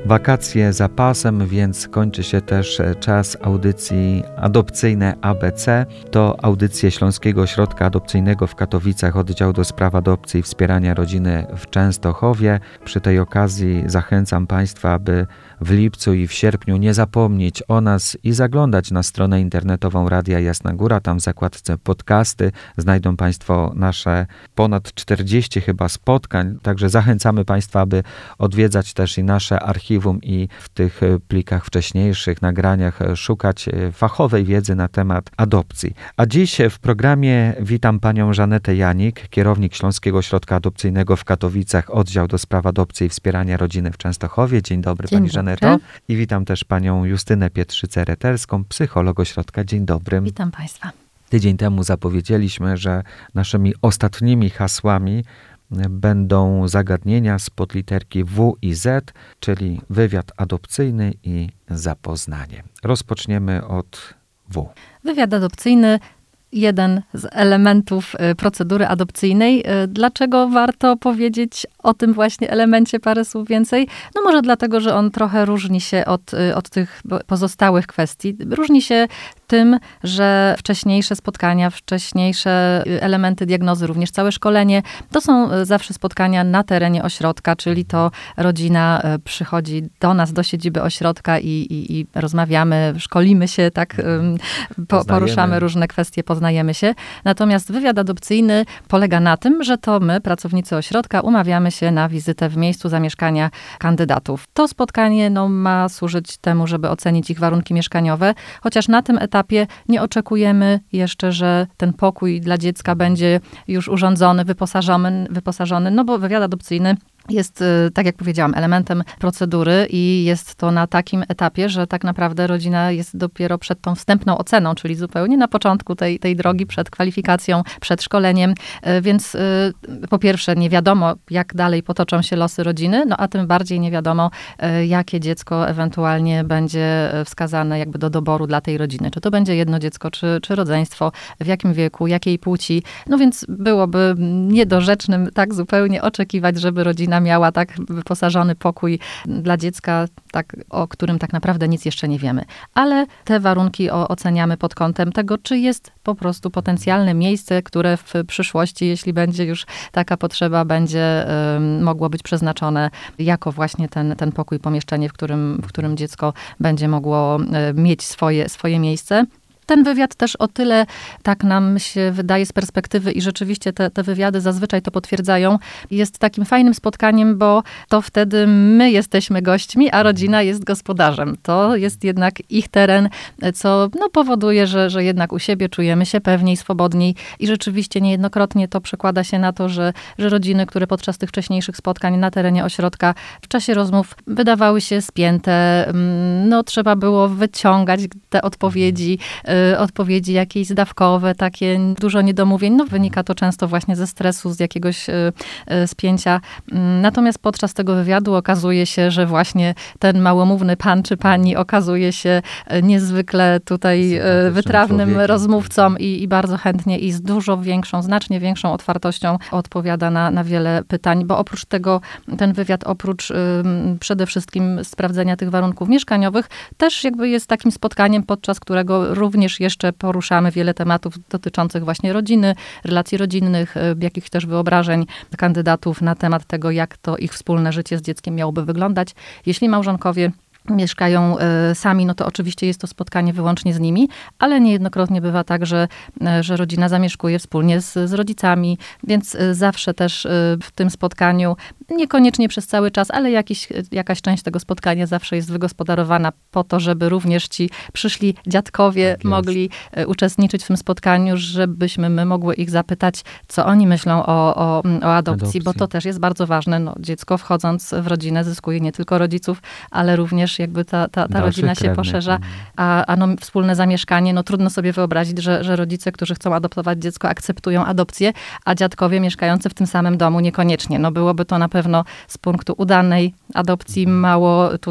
Wakacje za pasem, więc kończy się też czas audycji Adopcyjne ABC. To audycje Śląskiego Ośrodka Adopcyjnego w Katowicach, Oddział do Spraw Adopcji i Wspierania Rodziny w Częstochowie. Przy tej okazji zachęcam Państwa, aby w lipcu i w sierpniu nie zapomnieć o nas i zaglądać na stronę internetową Radia Jasna Góra. Tam w zakładce podcasty znajdą Państwo nasze ponad 40 chyba spotkań. Także zachęcamy Państwa, aby odwiedzać też i nasze archiwum i w tych plikach wcześniejszych, nagraniach szukać fachowej wiedzy na temat adopcji. A dziś w programie witam Panią Żanetę Janik, kierownik Śląskiego Ośrodka Adopcyjnego w Katowicach, Oddział do Spraw Adopcji i Wspierania Rodziny w Częstochowie. Dzień dobry Pani Żaneto. I witam też Panią Justynę Pietrzycę-Reterską, psycholog ośrodka. Dzień dobry. Witam Państwa. Tydzień temu zapowiedzieliśmy, że naszymi ostatnimi hasłami będą zagadnienia spod literki W i Z, czyli wywiad adopcyjny i zapoznanie. Rozpoczniemy od W. Wywiad adopcyjny, jeden z elementów procedury adopcyjnej. Dlaczego warto powiedzieć o tym właśnie elemencie parę słów więcej? No może dlatego, że on trochę różni się od tych pozostałych kwestii. Różni się tym, że wcześniejsze spotkania, wcześniejsze elementy diagnozy, również całe szkolenie, to są zawsze spotkania na terenie ośrodka, czyli to rodzina przychodzi do nas, do siedziby ośrodka i rozmawiamy, szkolimy się, tak, poruszamy różne kwestie, poznajemy się. Natomiast wywiad adopcyjny polega na tym, że to my, pracownicy ośrodka, umawiamy się na wizytę w miejscu zamieszkania kandydatów. To spotkanie ma służyć temu, żeby ocenić ich warunki mieszkaniowe, chociaż na tym etapie nie oczekujemy jeszcze, że ten pokój dla dziecka będzie już urządzony, wyposażony, no bo wywiad adopcyjny jest, tak jak powiedziałam, elementem procedury i jest to na takim etapie, że tak naprawdę rodzina jest dopiero przed tą wstępną oceną, czyli zupełnie na początku tej drogi, przed kwalifikacją, przed szkoleniem. Więc po pierwsze nie wiadomo, jak dalej potoczą się losy rodziny, no a tym bardziej nie wiadomo, jakie dziecko będzie wskazane jakby do doboru dla tej rodziny. Czy to będzie jedno dziecko, czy rodzeństwo, w jakim wieku, jakiej płci. No więc byłoby niedorzecznym tak zupełnie oczekiwać, żeby rodzina miała tak wyposażony pokój dla dziecka, tak, o którym tak naprawdę nic jeszcze nie wiemy. Ale te warunki oceniamy pod kątem tego, czy jest po prostu potencjalne miejsce, które w przyszłości, jeśli będzie już taka potrzeba, będzie mogło być przeznaczone jako właśnie ten pokój, pomieszczenie, w którym dziecko będzie mogło mieć swoje miejsce. Ten wywiad też o tyle, tak nam się wydaje z perspektywy i rzeczywiście te wywiady zazwyczaj to potwierdzają, jest takim fajnym spotkaniem, bo to wtedy my jesteśmy gośćmi, a rodzina jest gospodarzem. To jest jednak ich teren, co powoduje, że jednak u siebie czujemy się pewniej, swobodniej i rzeczywiście niejednokrotnie to przekłada się na to, że rodziny, które podczas tych wcześniejszych spotkań na terenie ośrodka w czasie rozmów wydawały się spięte, trzeba było wyciągać te odpowiedzi jakieś zdawkowe, takie dużo niedomówień. Wynika to często właśnie ze stresu, z jakiegoś spięcia. Natomiast podczas tego wywiadu okazuje się, że właśnie ten małomówny pan czy pani okazuje się niezwykle tutaj wytrawnym rozmówcą i bardzo chętnie i z znacznie większą otwartością odpowiada na wiele pytań, bo oprócz tego ten wywiad, oprócz przede wszystkim sprawdzenia tych warunków mieszkaniowych, też jakby jest takim spotkaniem, podczas którego również jeszcze poruszamy wiele tematów dotyczących właśnie rodziny, relacji rodzinnych, jakichś też wyobrażeń kandydatów na temat tego, jak to ich wspólne życie z dzieckiem miałoby wyglądać. Jeśli małżonkowie mieszkają sami, to oczywiście jest to spotkanie wyłącznie z nimi, ale niejednokrotnie bywa tak, że rodzina zamieszkuje wspólnie z rodzicami, więc zawsze też w tym spotkaniu, niekoniecznie przez cały czas, ale jakaś część tego spotkania zawsze jest wygospodarowana po to, żeby również ci przyszli dziadkowie mogli uczestniczyć w tym spotkaniu, żebyśmy my mogły ich zapytać, co oni myślą o adopcji, bo to też jest bardzo ważne. Dziecko wchodząc w rodzinę zyskuje nie tylko rodziców, ale również jakby ta rodzina się poszerza, a wspólne zamieszkanie, trudno sobie wyobrazić, że rodzice, którzy chcą adoptować dziecko, akceptują adopcję, a dziadkowie mieszkający w tym samym domu niekoniecznie. Byłoby to na pewno z punktu udanej adopcji mało tutaj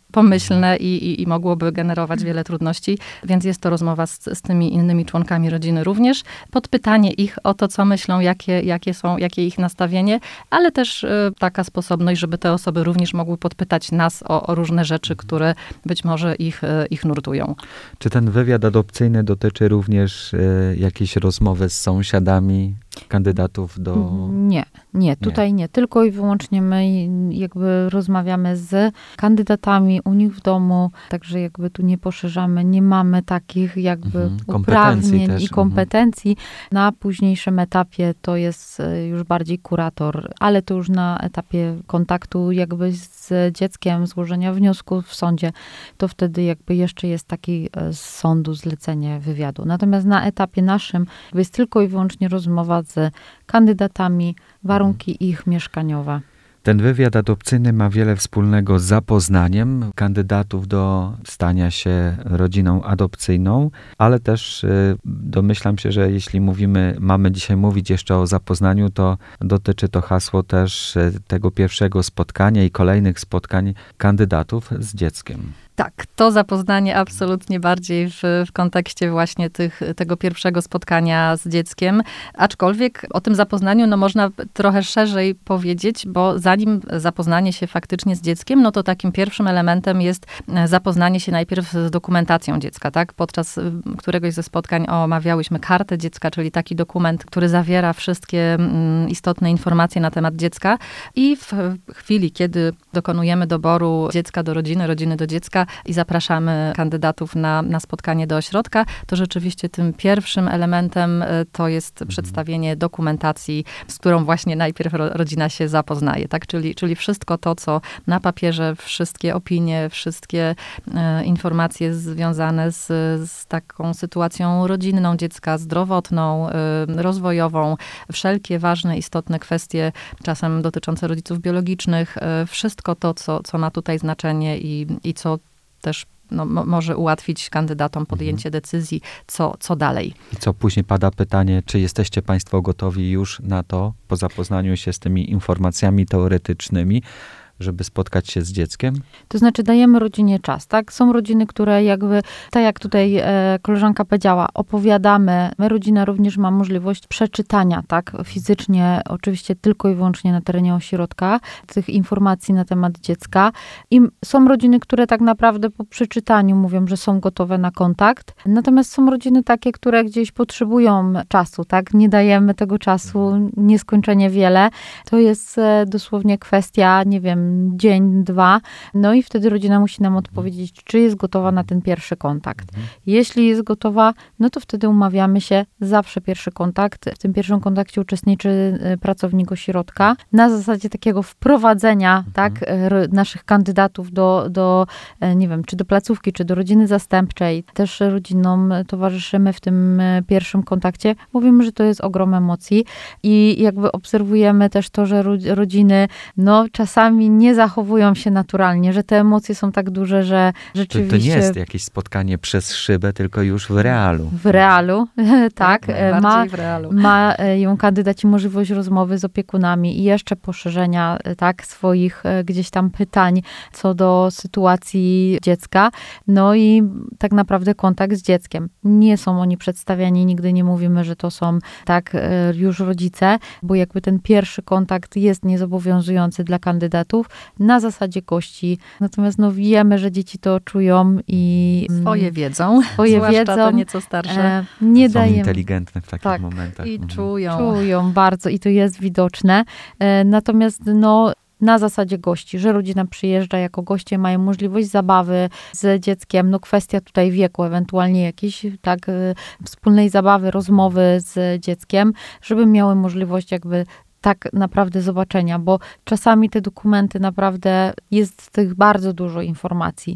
pomyślne i mogłoby generować wiele trudności, więc jest to rozmowa z tymi innymi członkami rodziny również, podpytanie ich o to, co myślą, jakie ich nastawienie, ale też taka sposobność, żeby te osoby również mogły podpytać nas o różne rzeczy, które być może ich nurtują. Czy ten wywiad adopcyjny dotyczy również jakiejś rozmowy z sąsiadami kandydatów do... Nie, tutaj nie. Tylko i wyłącznie my jakby rozmawiamy z kandydatami u nich w domu, także jakby tu nie poszerzamy, nie mamy takich jakby uprawnień i kompetencji. Na późniejszym etapie to jest już bardziej kurator, ale to już na etapie kontaktu jakby z dzieckiem, złożenia wniosku w sądzie, to wtedy jakby jeszcze jest taki z sądu zlecenie wywiadu. Natomiast na etapie naszym jest tylko i wyłącznie rozmowa z kandydatami, warunki ich mieszkaniowe. Ten wywiad adopcyjny ma wiele wspólnego z zapoznaniem kandydatów do stania się rodziną adopcyjną, ale też domyślam się, że jeśli mamy dzisiaj mówić jeszcze o zapoznaniu, to dotyczy to hasło też tego pierwszego spotkania i kolejnych spotkań kandydatów z dzieckiem. Tak, to zapoznanie absolutnie bardziej w kontekście właśnie tego pierwszego spotkania z dzieckiem. Aczkolwiek o tym zapoznaniu można trochę szerzej powiedzieć, bo zanim zapoznanie się faktycznie z dzieckiem, no to takim pierwszym elementem jest zapoznanie się najpierw z dokumentacją dziecka, tak? Podczas któregoś ze spotkań omawiałyśmy kartę dziecka, czyli taki dokument, który zawiera wszystkie istotne informacje na temat dziecka i w chwili, kiedy dokonujemy doboru dziecka do rodziny, rodziny do dziecka, i zapraszamy kandydatów na spotkanie do ośrodka, to rzeczywiście tym pierwszym elementem to jest przedstawienie dokumentacji, z którą właśnie najpierw rodzina się zapoznaje, tak? Czyli wszystko to, co na papierze, wszystkie opinie, wszystkie informacje związane z taką sytuacją rodzinną dziecka, zdrowotną, rozwojową, wszelkie ważne, istotne kwestie, czasem dotyczące rodziców biologicznych, wszystko to, co ma tutaj znaczenie i co też może ułatwić kandydatom podjęcie decyzji, co dalej. I co później pada pytanie, czy jesteście państwo gotowi już na to, po zapoznaniu się z tymi informacjami teoretycznymi, żeby spotkać się z dzieckiem? To znaczy dajemy rodzinie czas, tak? Są rodziny, które jakby, tak jak tutaj koleżanka powiedziała, opowiadamy. Rodzina również ma możliwość przeczytania, tak? Fizycznie, oczywiście tylko i wyłącznie na terenie ośrodka, tych informacji na temat dziecka. I są rodziny, które tak naprawdę po przeczytaniu mówią, że są gotowe na kontakt. Natomiast są rodziny takie, które gdzieś potrzebują czasu, tak? Nie dajemy tego czasu nieskończenie wiele. To jest dosłownie kwestia, nie wiem, dzień, 2, no i wtedy rodzina musi nam odpowiedzieć, czy jest gotowa na ten pierwszy kontakt. Jeśli jest gotowa, no to wtedy umawiamy się, zawsze pierwszy kontakt. W tym pierwszym kontakcie uczestniczy pracownik ośrodka na zasadzie takiego wprowadzenia, tak, naszych kandydatów do nie wiem, czy do placówki, czy do rodziny zastępczej. Też rodzinom towarzyszymy w tym pierwszym kontakcie. Mówimy, że to jest ogrom emocji i jakby obserwujemy też to, że rodziny, no czasami nie zachowują się naturalnie, że te emocje są tak duże, że rzeczywiście... To nie jest jakieś spotkanie przez szybę, tylko już w realu. W realu, tak. Bardziej w realu. Mają kandydaci możliwość rozmowy z opiekunami i jeszcze poszerzenia, tak, swoich gdzieś tam pytań co do sytuacji dziecka. No i tak naprawdę kontakt z dzieckiem. Nie są oni przedstawiani, nigdy nie mówimy, że to są tak już rodzice, bo jakby ten pierwszy kontakt jest niezobowiązujący dla kandydatów na zasadzie gości. Natomiast no wiemy, że dzieci to czują i... Swoje wiedzą. Zwłaszcza te nieco starsze. Nie są dajemy. inteligentne w takich momentach. I czują. Czują bardzo i to jest widoczne. Natomiast no na zasadzie gości, że rodzina przyjeżdża jako goście, mają możliwość zabawy z dzieckiem, no kwestia tutaj wieku, ewentualnie jakiejś tak wspólnej zabawy, rozmowy z dzieckiem, żeby miały możliwość jakby tak naprawdę zobaczenia, bo czasami te dokumenty naprawdę jest w tych bardzo dużo informacji,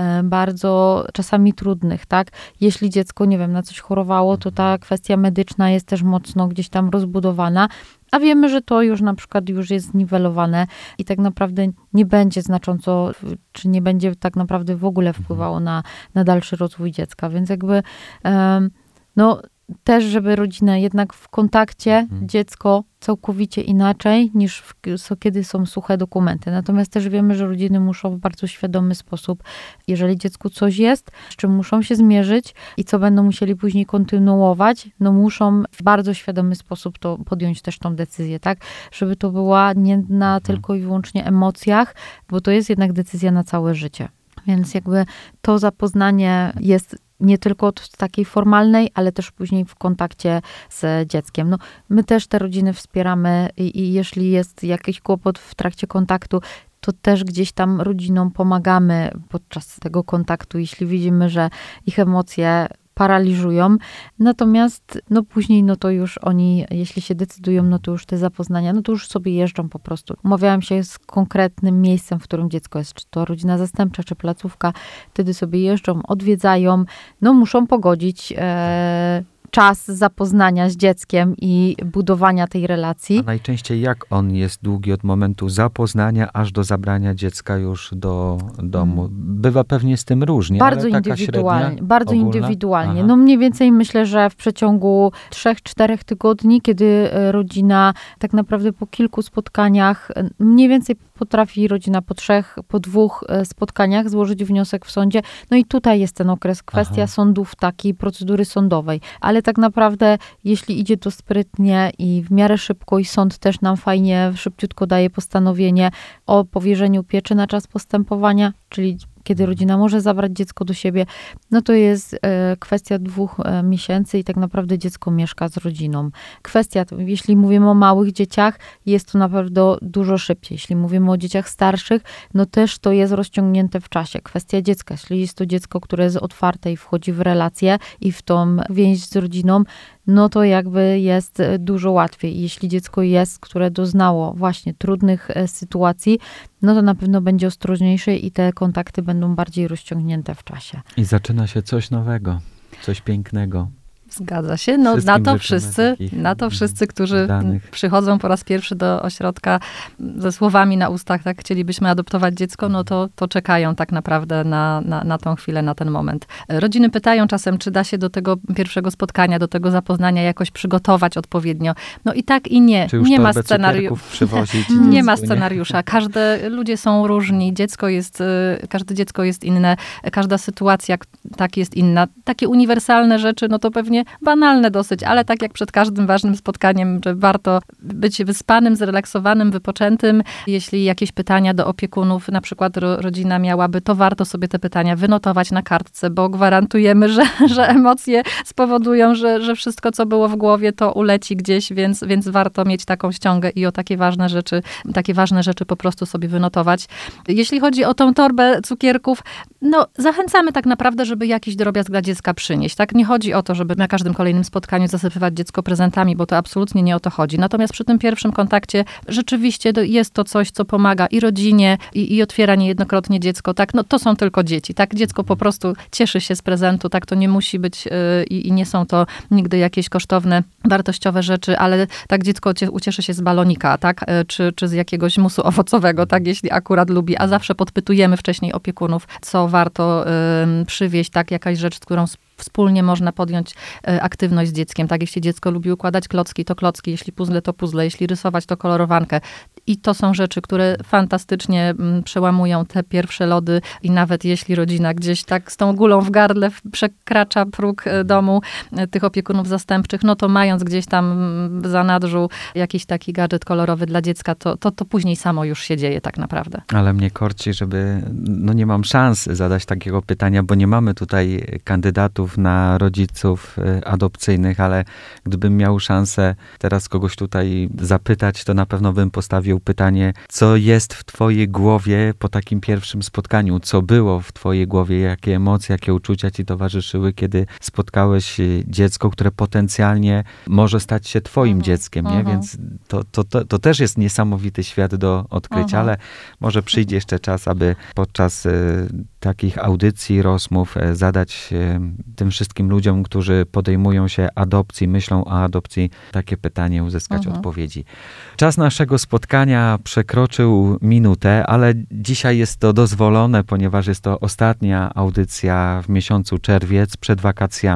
bardzo czasami trudnych, tak? Jeśli dziecko, nie wiem, na coś chorowało, to ta kwestia medyczna jest też mocno gdzieś tam rozbudowana, a wiemy, że to już na przykład już jest zniwelowane i tak naprawdę nie będzie znacząco, czy nie będzie tak naprawdę w ogóle wpływało na dalszy rozwój dziecka, więc jakby no też, żeby rodzina jednak w kontakcie, dziecko całkowicie inaczej niż kiedy są suche dokumenty. Natomiast też wiemy, że rodziny muszą w bardzo świadomy sposób, jeżeli dziecku coś jest, z czym muszą się zmierzyć i co będą musieli później kontynuować, no muszą w bardzo świadomy sposób to podjąć też tą decyzję, tak? Żeby to była nie na tylko i wyłącznie emocjach, bo to jest jednak decyzja na całe życie. Więc jakby to zapoznanie jest nie tylko od takiej formalnej, ale też później w kontakcie z dzieckiem. No, my też te rodziny wspieramy i jeśli jest jakiś kłopot w trakcie kontaktu, to też gdzieś tam rodzinom pomagamy podczas tego kontaktu, jeśli widzimy, że ich emocje paraliżują. Natomiast no później, no to już oni, jeśli się decydują, no to już te zapoznania, no to już sobie jeżdżą po prostu. Umawiają się z konkretnym miejscem, w którym dziecko jest, czy to rodzina zastępcza, czy placówka. Wtedy sobie jeżdżą, odwiedzają, no muszą pogodzić czas zapoznania z dzieckiem i budowania tej relacji. A najczęściej jak on jest długi od momentu zapoznania aż do zabrania dziecka już do domu? Bywa pewnie z tym różnie, bardzo ale taka indywidualnie. średnia, Bardzo ogólna? indywidualnie. Aha. No mniej więcej myślę, że w przeciągu 3-4 tygodni, kiedy rodzina tak naprawdę po kilku spotkaniach, mniej więcej potrafi rodzina po 2 spotkaniach złożyć wniosek w sądzie. No i tutaj jest ten okres, kwestia sądów takiej procedury sądowej. Ale tak naprawdę, jeśli idzie to sprytnie i w miarę szybko i sąd też nam fajnie, szybciutko daje postanowienie o powierzeniu pieczy na czas postępowania, czyli kiedy rodzina może zabrać dziecko do siebie, no to jest kwestia 2 miesięcy i tak naprawdę dziecko mieszka z rodziną. Kwestia, jeśli mówimy o małych dzieciach, jest to naprawdę dużo szybciej. Jeśli mówimy o dzieciach starszych, no też to jest rozciągnięte w czasie. Kwestia dziecka, jeśli jest to dziecko, które jest otwarte i wchodzi w relację i w tą więź z rodziną, no to jakby jest dużo łatwiej. Jeśli dziecko jest, które doznało właśnie trudnych sytuacji, no to na pewno będzie ostrożniejsze i te kontakty będą bardziej rozciągnięte w czasie. I zaczyna się coś nowego, coś pięknego. Zgadza się. No, na to wszyscy, którzy przychodzą po raz pierwszy do ośrodka ze słowami na ustach, tak, chcielibyśmy adoptować dziecko, no to czekają tak naprawdę na tą chwilę, na ten moment. Rodziny pytają czasem, czy da się do tego pierwszego spotkania, do tego zapoznania jakoś przygotować odpowiednio. No i tak i nie. Czy już nie ma scenariusza. Nie ma scenariusza. Ludzie są różni, każde dziecko jest inne, każda sytuacja tak jest inna. Takie uniwersalne rzeczy, no to pewnie banalne dosyć, ale tak jak przed każdym ważnym spotkaniem, że warto być wyspanym, zrelaksowanym, wypoczętym. Jeśli jakieś pytania do opiekunów, na przykład rodzina miałaby, to warto sobie te pytania wynotować na kartce, bo gwarantujemy, że emocje spowodują, że wszystko, co było w głowie, to uleci gdzieś, więc warto mieć taką ściągę i o takie ważne rzeczy po prostu sobie wynotować. Jeśli chodzi o tą torbę cukierków, no zachęcamy tak naprawdę, żeby jakiś drobiazg dla dziecka przynieść. Tak? Nie chodzi o to, żeby na każdym kolejnym spotkaniu zasypywać dziecko prezentami, bo to absolutnie nie o to chodzi. Natomiast przy tym pierwszym kontakcie rzeczywiście jest to coś, co pomaga i rodzinie, i otwiera niejednokrotnie dziecko. Tak? No, to są tylko dzieci. Tak? Dziecko po prostu cieszy się z prezentu. Tak? To nie musi być i nie są to nigdy jakieś kosztowne, wartościowe rzeczy, ale tak dziecko ucieszy się z balonika, tak? Czy z jakiegoś musu owocowego, tak? Jeśli akurat lubi. A zawsze podpytujemy wcześniej opiekunów, co warto przywieźć, tak? Jakaś rzecz, z którą wspólnie można podjąć aktywność z dzieckiem. Tak, jeśli dziecko lubi układać klocki, to klocki, jeśli puzzle, to puzzle, jeśli rysować, to kolorowankę. I to są rzeczy, które fantastycznie przełamują te pierwsze lody i nawet jeśli rodzina gdzieś tak z tą gulą w gardle przekracza próg domu tych opiekunów zastępczych, no to mając gdzieś tam w zanadrzu jakiś taki gadżet kolorowy dla dziecka, to później samo już się dzieje tak naprawdę. Ale mnie korci, no nie mam szans zadać takiego pytania, bo nie mamy tutaj kandydatów na rodziców adopcyjnych, ale gdybym miał szansę teraz kogoś tutaj zapytać, to na pewno bym postawił pytanie, co jest w twojej głowie po takim pierwszym spotkaniu? Co było w twojej głowie? Jakie emocje, jakie uczucia ci towarzyszyły, kiedy spotkałeś dziecko, które potencjalnie może stać się twoim dzieckiem, nie? Więc to też jest niesamowity świat do odkrycia, ale może przyjdzie jeszcze czas, aby podczas takich audycji, rozmów zadać tym wszystkim ludziom, którzy podejmują się adopcji, myślą o adopcji, takie pytanie, uzyskać odpowiedzi. Czas naszego spotkania przekroczył minutę, ale dzisiaj jest to dozwolone, ponieważ jest to ostatnia audycja w miesiącu czerwiec przed wakacjami.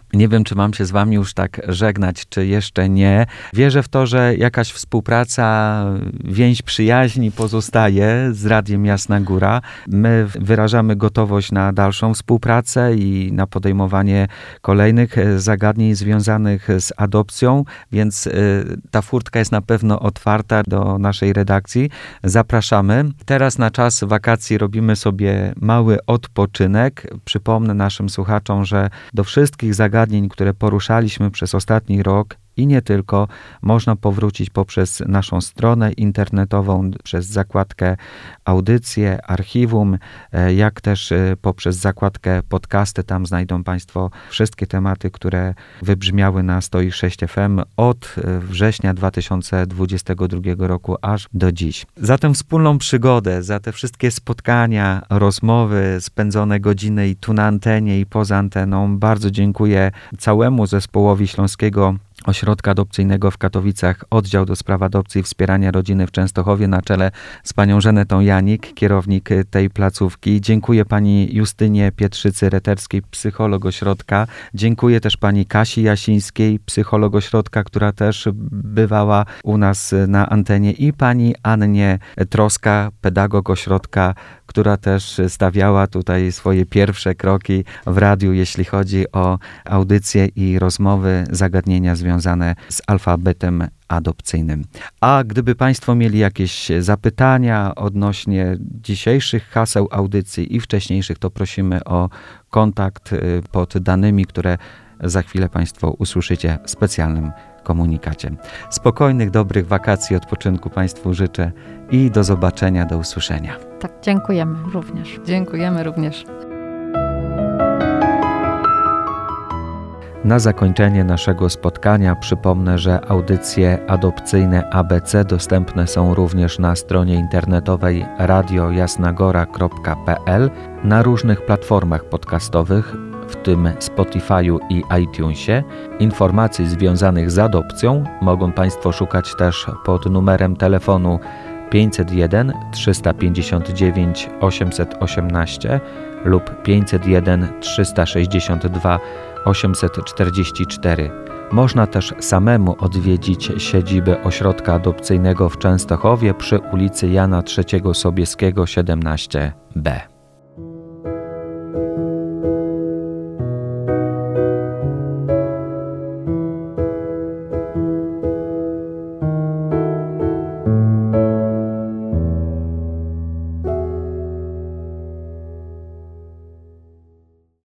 Nie wiem, czy mam się z wami już tak żegnać, czy jeszcze nie. Wierzę w to, że jakaś współpraca, więź przyjaźni pozostaje z Radiem Jasna Góra. My wyrażamy gotowość na dalszą współpracę i na podejmowanie kolejnych zagadnień związanych z adopcją, więc ta furtka jest na pewno otwarta do naszej redakcji. Zapraszamy. Teraz na czas wakacji robimy sobie mały odpoczynek. Przypomnę naszym słuchaczom, że do wszystkich zagadnień, które poruszaliśmy przez ostatni rok i nie tylko, można powrócić poprzez naszą stronę internetową, przez zakładkę audycje, archiwum, jak też poprzez zakładkę podcasty. Tam znajdą Państwo wszystkie tematy, które wybrzmiały na 106 FM od września 2022 roku aż do dziś. Za tę wspólną przygodę, za te wszystkie spotkania, rozmowy, spędzone godziny i tu na antenie i poza anteną, bardzo dziękuję całemu zespołowi Śląskiego Ośrodka Adopcyjnego w Katowicach, Oddział do Spraw Adopcji i Wspierania Rodziny w Częstochowie na czele z panią Żanetą Janik, kierownik tej placówki. Dziękuję pani Justynie Pietrzycy-Reterskiej, psycholog ośrodka. Dziękuję też pani Kasi Jasińskiej, psycholog ośrodka, która też bywała u nas na antenie, i pani Annie Troska, pedagog ośrodka, która też stawiała tutaj swoje pierwsze kroki w radiu, jeśli chodzi o audycje i rozmowy, zagadnienia związane z alfabetem adopcyjnym. A gdyby Państwo mieli jakieś zapytania odnośnie dzisiejszych haseł audycji i wcześniejszych, to prosimy o kontakt pod danymi, które za chwilę Państwo usłyszycie w specjalnym komunikacie. Spokojnych, dobrych wakacji, odpoczynku Państwu życzę i do zobaczenia, do usłyszenia. Tak, dziękujemy również. Dziękujemy również. Na zakończenie naszego spotkania przypomnę, że audycje adopcyjne ABC dostępne są również na stronie internetowej radiojasnagora.pl, na różnych platformach podcastowych, w tym Spotify'u i iTunesie. Informacji związanych z adopcją mogą Państwo szukać też pod numerem telefonu 501 359 818 lub 501 362 844. Można też samemu odwiedzić siedzibę Ośrodka Adopcyjnego w Częstochowie przy ulicy Jana III Sobieskiego 17b.